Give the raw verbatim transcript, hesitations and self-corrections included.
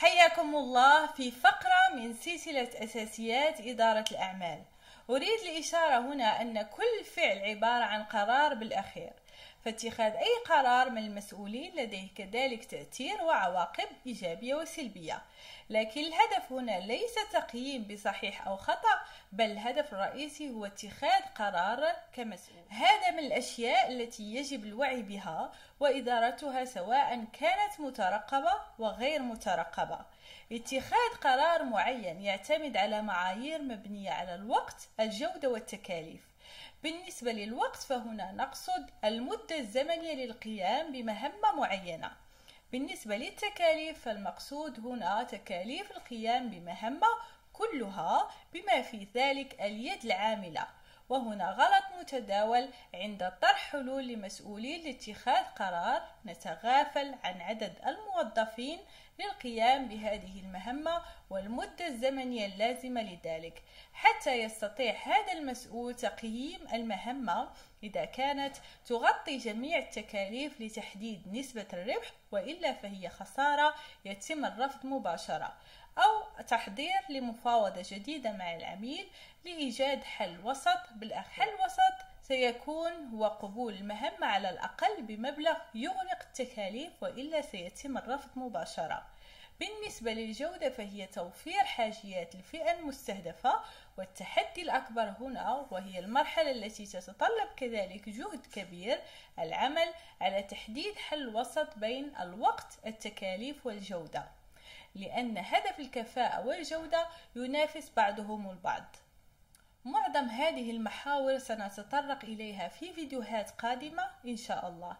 حياكم الله في فقرة من سلسلة أساسيات إدارة الأعمال. أريد الإشارة هنا أن كل فعل عبارة عن قرار بالأخير، فاتخاذ أي قرار من المسؤولين لديه كذلك تأثير وعواقب إيجابية وسلبية، لكن الهدف هنا ليس تقييم بصحيح أو خطأ، بل الهدف الرئيسي هو اتخاذ قرار كمسؤول. هذا من الأشياء التي يجب الوعي بها وإدارتها سواء كانت مترقبة وغير مترقبة. اتخاذ قرار معين يعتمد على معايير مبنية على الوقت، الجودة والتكاليف. بالنسبة للوقت فهنا نقصد المدة الزمنية للقيام بمهمة معينة. بالنسبة للتكاليف فالمقصود هنا تكاليف القيام بمهمة كلها بما في ذلك اليد العاملة. وهنا غلط متداول عند طرح حلول لمسؤولين لاتخاذ قرار نتغافل عن عدد الموظفين للقيام بهذه المهمة والمدة الزمنية اللازمة لذلك، حتى يستطيع هذا المسؤول تقييم المهمة إذا كانت تغطي جميع التكاليف لتحديد نسبة الربح، وإلا فهي خسارة يتم الرفض مباشرة، أو تحضير لمفاوضة جديدة مع العميل لإيجاد حل وسط. بالأخير حل وسط سيكون هو قبول المهمة على الأقل بمبلغ يغلق التكاليف، وإلا سيتم الرفض مباشرة. بالنسبة للجودة فهي توفير حاجيات الفئة المستهدفة، والتحدي الأكبر هنا وهي المرحلة التي تتطلب كذلك جهد كبير، العمل على تحديد حل وسط بين الوقت، التكاليف والجودة، لأن هدف الكفاءة والجودة ينافس بعضهم البعض. معظم هذه المحاور سنتطرق إليها في فيديوهات قادمة إن شاء الله.